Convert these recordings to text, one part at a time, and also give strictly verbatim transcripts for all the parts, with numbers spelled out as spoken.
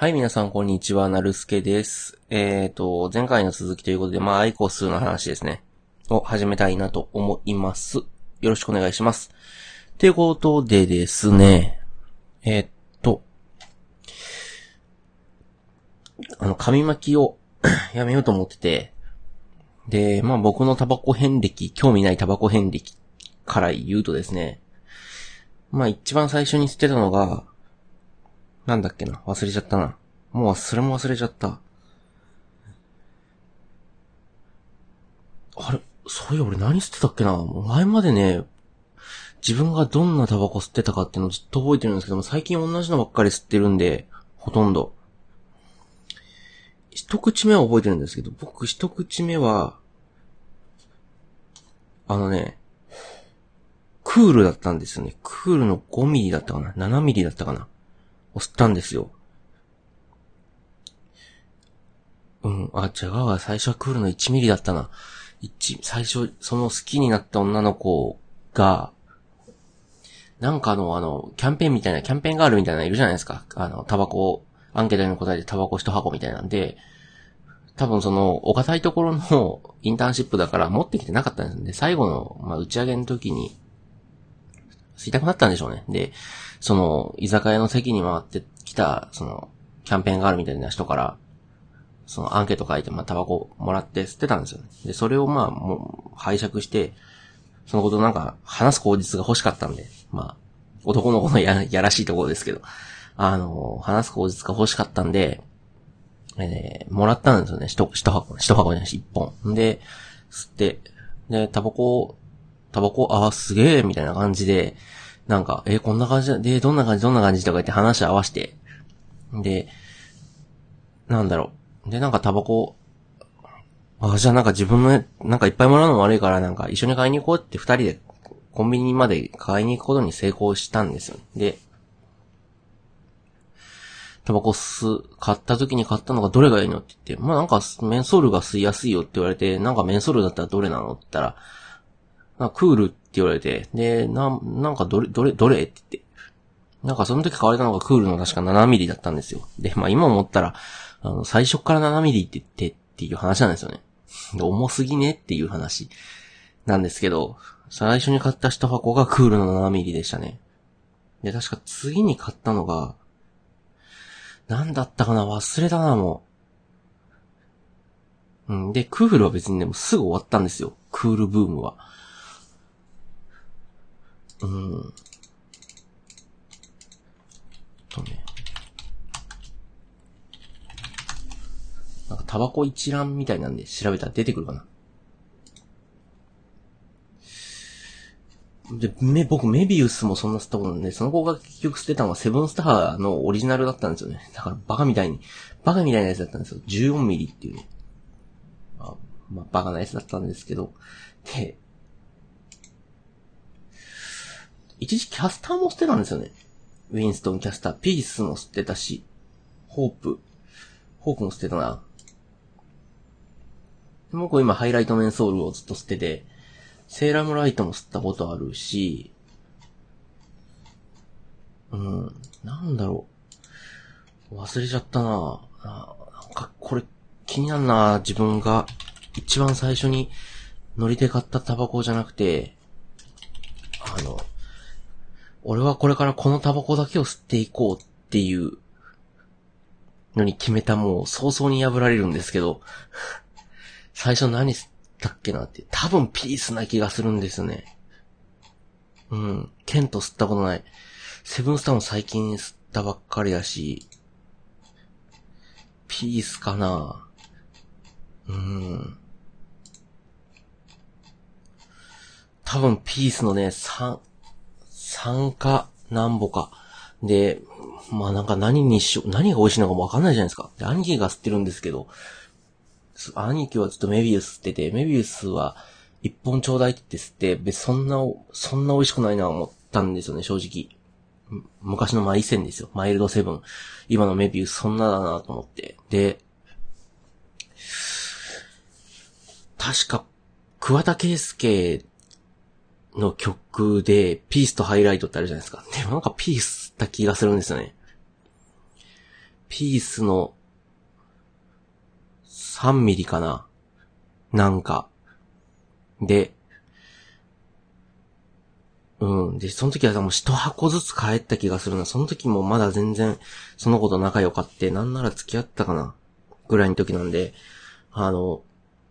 はい、皆さん、こんにちは。なるすけです。えーと、前回の続きということで、まあ、アイコスの話ですね。を始めたいなと思います。よろしくお願いします。ということでですね、えーっと、あの、紙巻きをやめようと思ってて、で、まあ僕のタバコ遍歴、興味ないタバコ遍歴から言うとですね、まあ一番最初に捨てたのが、なんだっけな、忘れちゃったな。もうそれも忘れちゃった。あれ、そういや俺何捨てたっけな。前までね、自分がどんなタバコ吸ってたかっていうのをずっと覚えてるんですけども、最近同じのばっかり吸ってるんで、ほとんど。一口目は覚えてるんですけど、僕一口目は、あのね、クールだったんですよね。クールのごミリだったかな ?ななミリだったかなを吸ったんですよ。うん、あ、違うわ。最初はクールのいちミリだったな。一、最初、その好きになった女の子が、なんかあの、あの、キャンペーンみたいな、キャンペーンガールみたいなのいるじゃないですか。あの、タバコ、アンケートに答えてタバコ一箱みたいなんで、多分その、お堅いところのインターンシップだから持ってきてなかったんですんで、最後の、まあ、打ち上げの時に、吸いたくなったんでしょうね。で、その、居酒屋の席に回ってきた、その、キャンペーンガールみたいな人から、そのアンケート書いて、まあ、タバコもらって吸ってたんですよね。で、それをまあ、もう、拝借して、そのことなんか、話す口実が欲しかったんで、まあ、男の子のや、やらしいところですけど、あの、話す口実が欲しかったんで、えー、もらったんですよね。一、一箱、一箱じゃないし、一本。で、吸って、で、タバコ、タバコ、あーすげーみたいな感じで、なんか、えー、こんな感じで、どんな感じ、どんな感じとか言って話合わせて、で、なんだろう。で、なんかタバコ、あ、じゃあなんか自分の、なんかいっぱいもらうの悪いから、なんか一緒に買いに行こうって二人で、コンビニまで買いに行くことに成功したんですよ。で、タバコ吸、買った時に買ったのがどれがいいのって言って、まあなんかメンソールが吸いやすいよって言われて、なんかメンソールだったらどれなのって言ったら、なんかクールって言われて、で、な、なんかどれ、どれ、どれって言って。なんかその時買われたのがクールの確かななミリだったんですよ。で、まあ今思ったら、あの、最初からななミリって言ってっていう話なんですよね。で重すぎねっていう話なんですけど、最初に買った一箱がクールのななミリでしたね。で、確か次に買ったのが、なんだったかな忘れたな、もう。うん。で、クールは別にね、もうすぐ終わったんですよ。クールブームは。うん。とね。なんかタバコ一覧みたいなんで調べたら出てくるかな。で、め、僕メビウスもそんな吸ったことなんで、その子が結局捨てたのはセブンスターのオリジナルだったんですよね。だからバカみたいに、バカみたいなやつだったんですよ。じゅうよんミリっていうね。あまあ、バカなやつだったんですけど。で、一時キャスターも捨てたんですよね。ウィンストンキャスター、ピースも捨てたし、ホープ、ホープも捨てたな。僕今ハイライトメンソールをずっと捨てて、セーラムライトも吸ったことあるし、うん、なんだろう。忘れちゃったなあなんかこれ気になるな自分が一番最初にノリで買ったタバコじゃなくて、あの、俺はこれからこのタバコだけを吸っていこうっていうのに決めたもう早々に破られるんですけど、最初何吸ったっけなって、多分ピースな気がするんですよね。うん。ケント吸ったことない。セブンスターも最近吸ったばっかりだし、ピースかなうん。多分ピースのね、三、三か何歩か。で、まあなんか何にしよう、何が美味しいのかもわかんないじゃないですか。で、兄貴が吸ってるんですけど、兄貴はちょっとメビウス吸ってて、メビウスは一本ちょうだいって言って吸って、別そんな、そんな美味しくないなと思ったんですよね、正直。昔のマイセンですよ。マイルドセブン。今のメビウスそんなだなと思って。で、確か、桑田佳祐の曲で、ピースとハイライトってあるじゃないですか。でもなんかピース吸った気がするんですよね。 ピースのさんミリかななんか。で、うん。で、その時はもう一箱ずつ買えた気がするな。その時もまだ全然その子と仲良かって、なんなら付き合ったかなぐらいの時なんで、あの、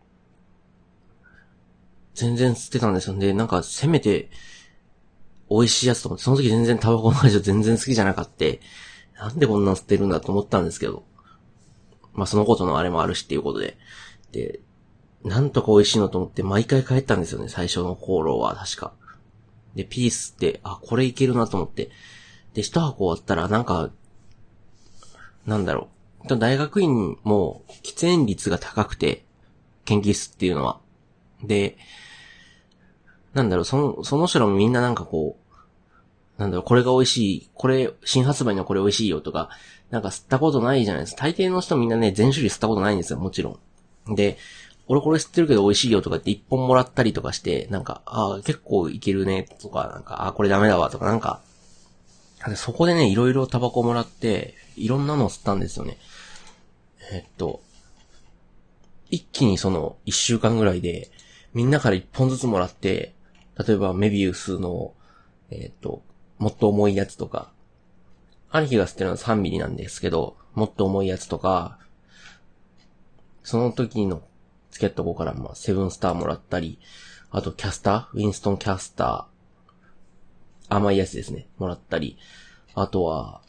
全然吸ってたんですよ。で、なんかせめて美味しいやつと思って、その時全然タバコの味全然好きじゃなかった。なんでこんなん吸ってるんだと思ったんですけど。まあそのことのあれもあるしっていうことで。で、なんとか美味しいのと思って毎回帰ったんですよね、最初の頃は確か。で、ピースって、あ、これいけるなと思って。で、一箱終わったらなんか、なんだろう。大学院も喫煙率が高くて、研究室っていうのは。で、なんだろう、その、その人らもみんななんかこう、なんだろう、これが美味しい、これ、新発売のこれ美味しいよとか、なんか吸ったことないじゃないですか。大抵の人みんなね、全種類吸ったことないんですよ、もちろん。で、俺これ吸ってるけど美味しいよとかって一本もらったりとかして、なんか、ああ、結構いけるね、とか、なんか、ああ、これダメだわ、とか、なんか、そこでね、いろいろタバコもらって、いろんなのを吸ったんですよね。えっと、一気にその、一週間ぐらいで、みんなから一本ずつもらって、例えばメビウスの、えっと、もっと重いやつとか、兄貴が吸ってるのはさんミリなんですけど、もっと重いやつとか、その時の付き合った子からまあセブンスターもらったり、あとキャスター、ウィンストンキャスター、甘いやつですね、もらったり、あとは、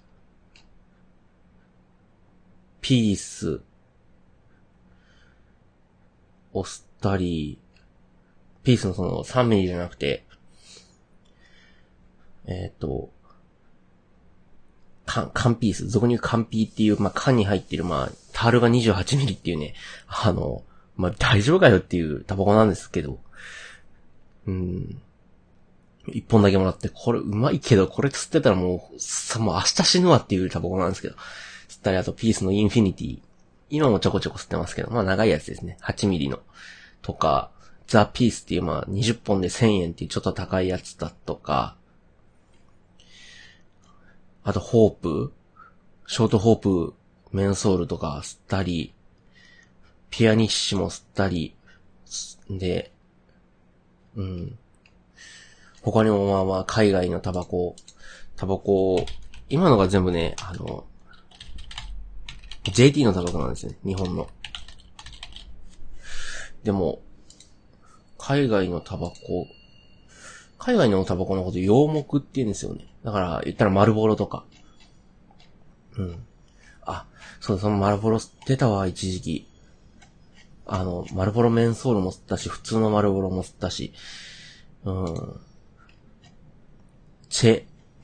ピースを吸ったり、ピースのそのさんミリじゃなくて、えっと、缶、缶ピース、俗に言う缶ピーっていう、まあ、缶に入ってる、まあ、タールが にじゅうはちミリ っていうね、あの、まあ、大丈夫かよっていうタバコなんですけど、うん。一本だけもらって、これうまいけど、これ吸ってたらもう、さ、もう明日死ぬわっていうタバコなんですけど、吸ったり、あとピースのインフィニティ。今もちょこちょこ吸ってますけど、まあ長いやつですね。はちミリの。とか、ザ・ピースっていう、まあにじゅっぽんでせんえんっていうちょっと高いやつだとか、あとホープ、ショートホープ、メンソールとか吸ったり、ピアニッシモ吸ったり、で、うん。他にもまあまあ海外のタバコ、タバコ、今のが全部ね、あの、ジェーティー のタバコなんですよね、日本の。でも、海外のタバコ、海外のタバコのこと洋木って言うんですよね。だから言ったらマルボロとか。うん。あ、そう、そのマルボロ吸ってたわ、一時期。あの、マルボロメンソールも吸ったし、普通のマルボロも吸ったし、うん。チェ、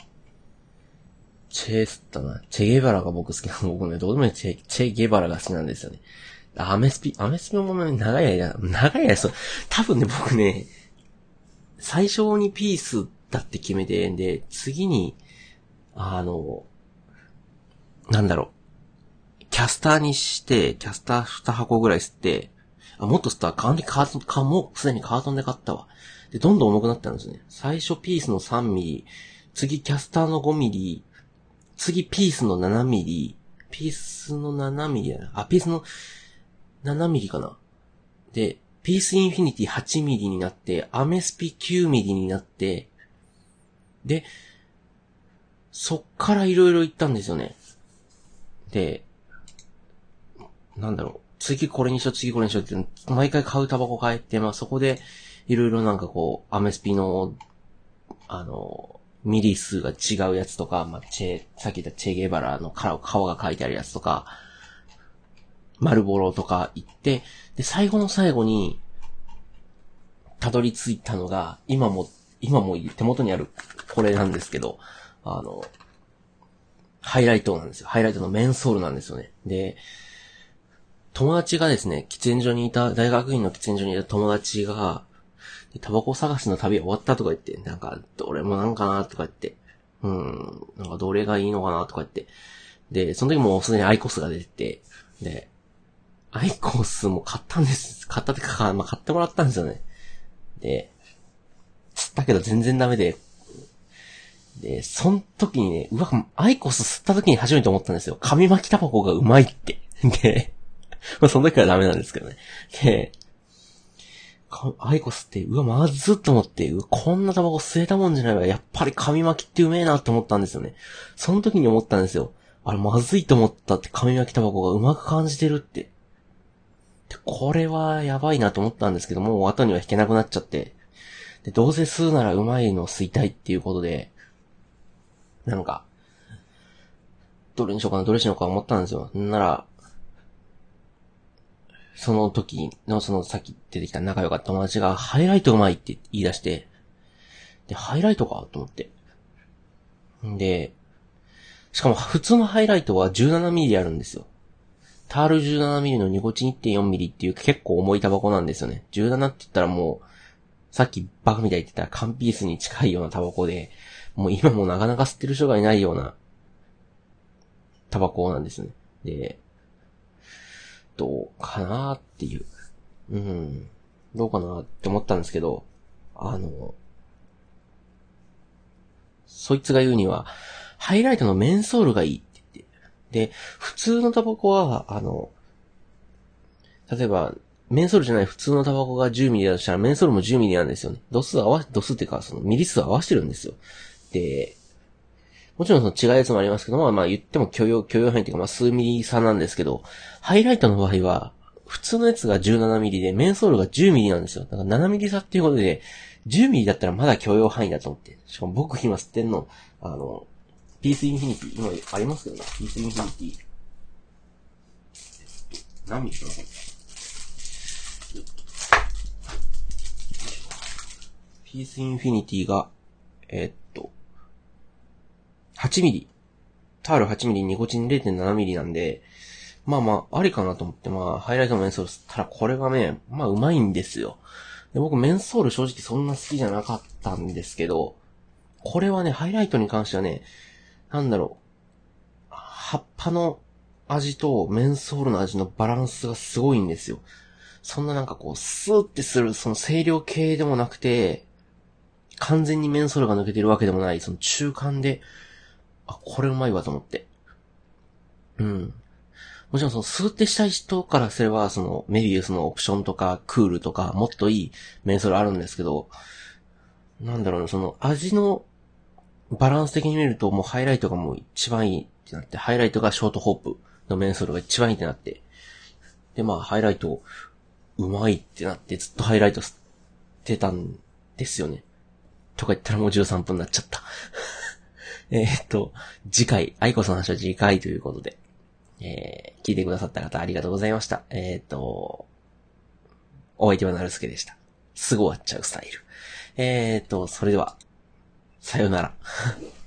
チェ吸ったな。チェゲバラが僕好きなの。僕ね、どうでもいいチェ、チェゲバラが好きなんですよね。アメスピ、アメスピもね、長い間、長い間、そう、多分ね、僕ね、最初にピースだって決めて、で、次に、あの、なんだろう、キャスターにして、キャスターに箱ぐらい吸って、あ、もっと吸ったら、カーカートン、か、もうすでにカートンで買ったわ。で、どんどん重くなったんですね。最初ピースのさんミリ、次キャスターのごミリ、次ピースのななミリ、ピースのななミリやな。あ、ピースのななミリかな。で、ピースインフィニティはちミリになって、アメスピきゅうミリになって、で、そっからいろいろ行ったんですよね。で、なんだろう、次これにしよう、次これにしようって、毎回買うタバコ買えて、まあそこで、いろいろなんかこう、アメスピの、あの、ミリ数が違うやつとか、まあ、チェ、さっき言ったチェゲバラの顔が書いてあるやつとか、マルボロとか行って、で、最後の最後に、たどり着いたのが、今も、今も手元にある、これなんですけど、あの、ハイライトなんですよ。ハイライトのメンソールなんですよね。で、友達がですね、喫煙所にいた、大学院の喫煙所にいた友達が、タバコ探しの旅終わったとか言って、なんか、どれもなんかなとか言って、うん、なんかどれがいいのかなとか言って、で、その時もうすでにアイコスが出てて、で、アイコスも買ったんです。買ったってか、まあ、買ってもらったんですよね。で、つったけど全然ダメで、 で、その時にね、うわ、アイコス吸った時に初めて思ったんですよ。紙巻きタバコがうまいって。で、まあその時はダメなんですけどね。で、アイコスって、うわ、まずっと思って、うわ、こんなタバコ吸えたもんじゃないわ。やっぱり紙巻きってうめえなって思ったんですよね。その時に思ったんですよ。あれ、まずいと思ったって紙巻きタバコがうまく感じてるって。で、これはやばいなと思ったんですけども、後には引けなくなっちゃって。で、どうせ吸うならうまいのを吸いたいっていうことで、なんか、どれにしようかな、どれにしようか思ったんですよ。なら、その時の、そのさっき出てきた仲良かった友達が、ハイライトうまいって言い出して、で、ハイライトかと思って。で、しかも普通のハイライトは じゅうななミリ あるんですよ。タール じゅうななミリ のニコチン いってんよんミリ っていう結構重いタバコなんですよね。じゅうななって言ったらもう、さっきバカみたいって言ったら缶ピースに近いようなタバコで、もう今もなかなか吸ってる人がいないようなタバコなんですね。で、どうかなーっていう。うん。どうかなって思ったんですけど、あの、そいつが言うには、ハイライトのメンソールがいいって言って。で、普通のタバコは、あの、例えば、メンソールじゃない普通のタバコが じゅうミリ だとしたら、メンソールも じゅうミリ なんですよね。度数合わ、度数っていうか、そのミリ数合わせてるんですよ。で、もちろんその違うやつもありますけど、まあまあ言っても許容、許容範囲っていうかまあ数ミリ差なんですけど、ハイライトの場合は、普通のやつが じゅうななミリ で、メンソールが じゅうミリ なんですよ。だからななミリ差っていうことで、じゅうミリ だったらまだ許容範囲だと思って。しかも僕今吸ってんの、あの、ピースインフィニティ、今ありますけどな、ピースインフィニティ。何ミリかなピースインフィニティが、えー、っと、はちミリ。タールはちミリ、ニコチン れいてんななミリ なんで、まあまあ、ありかなと思って、まあ、ハイライトのメンソール吸ったら、これがね、まあ、うまいんですよ。で僕、メンソール正直そんな好きじゃなかったんですけど、これはね、ハイライトに関してはね、なんだろう、葉っぱの味とメンソールの味のバランスがすごいんですよ。そんななんかこう、スーってする、その清涼系でもなくて、完全にメンソールが抜けてるわけでもない、その中間で、あ、これうまいわと思って。うん。もちろんその吸ってしたい人からすれば、そのメビウスのオプションとかクールとかもっといいメンソールあるんですけど、なんだろうな、その味のバランス的に見るともうハイライトがもう一番いいってなって、ハイライトがショートホープのメンソールが一番いいってなって、でまあハイライトうまいってなってずっとハイライト吸ってたんですよね。とか言ったらもうじゅうさんぷんになっちゃった。えっと、次回、アイコスの話は次回ということで、えー、聞いてくださった方ありがとうございました。えっと、お相手はなるすけでした。すぐ終わっちゃうスタイル。えっと、それでは、さようなら。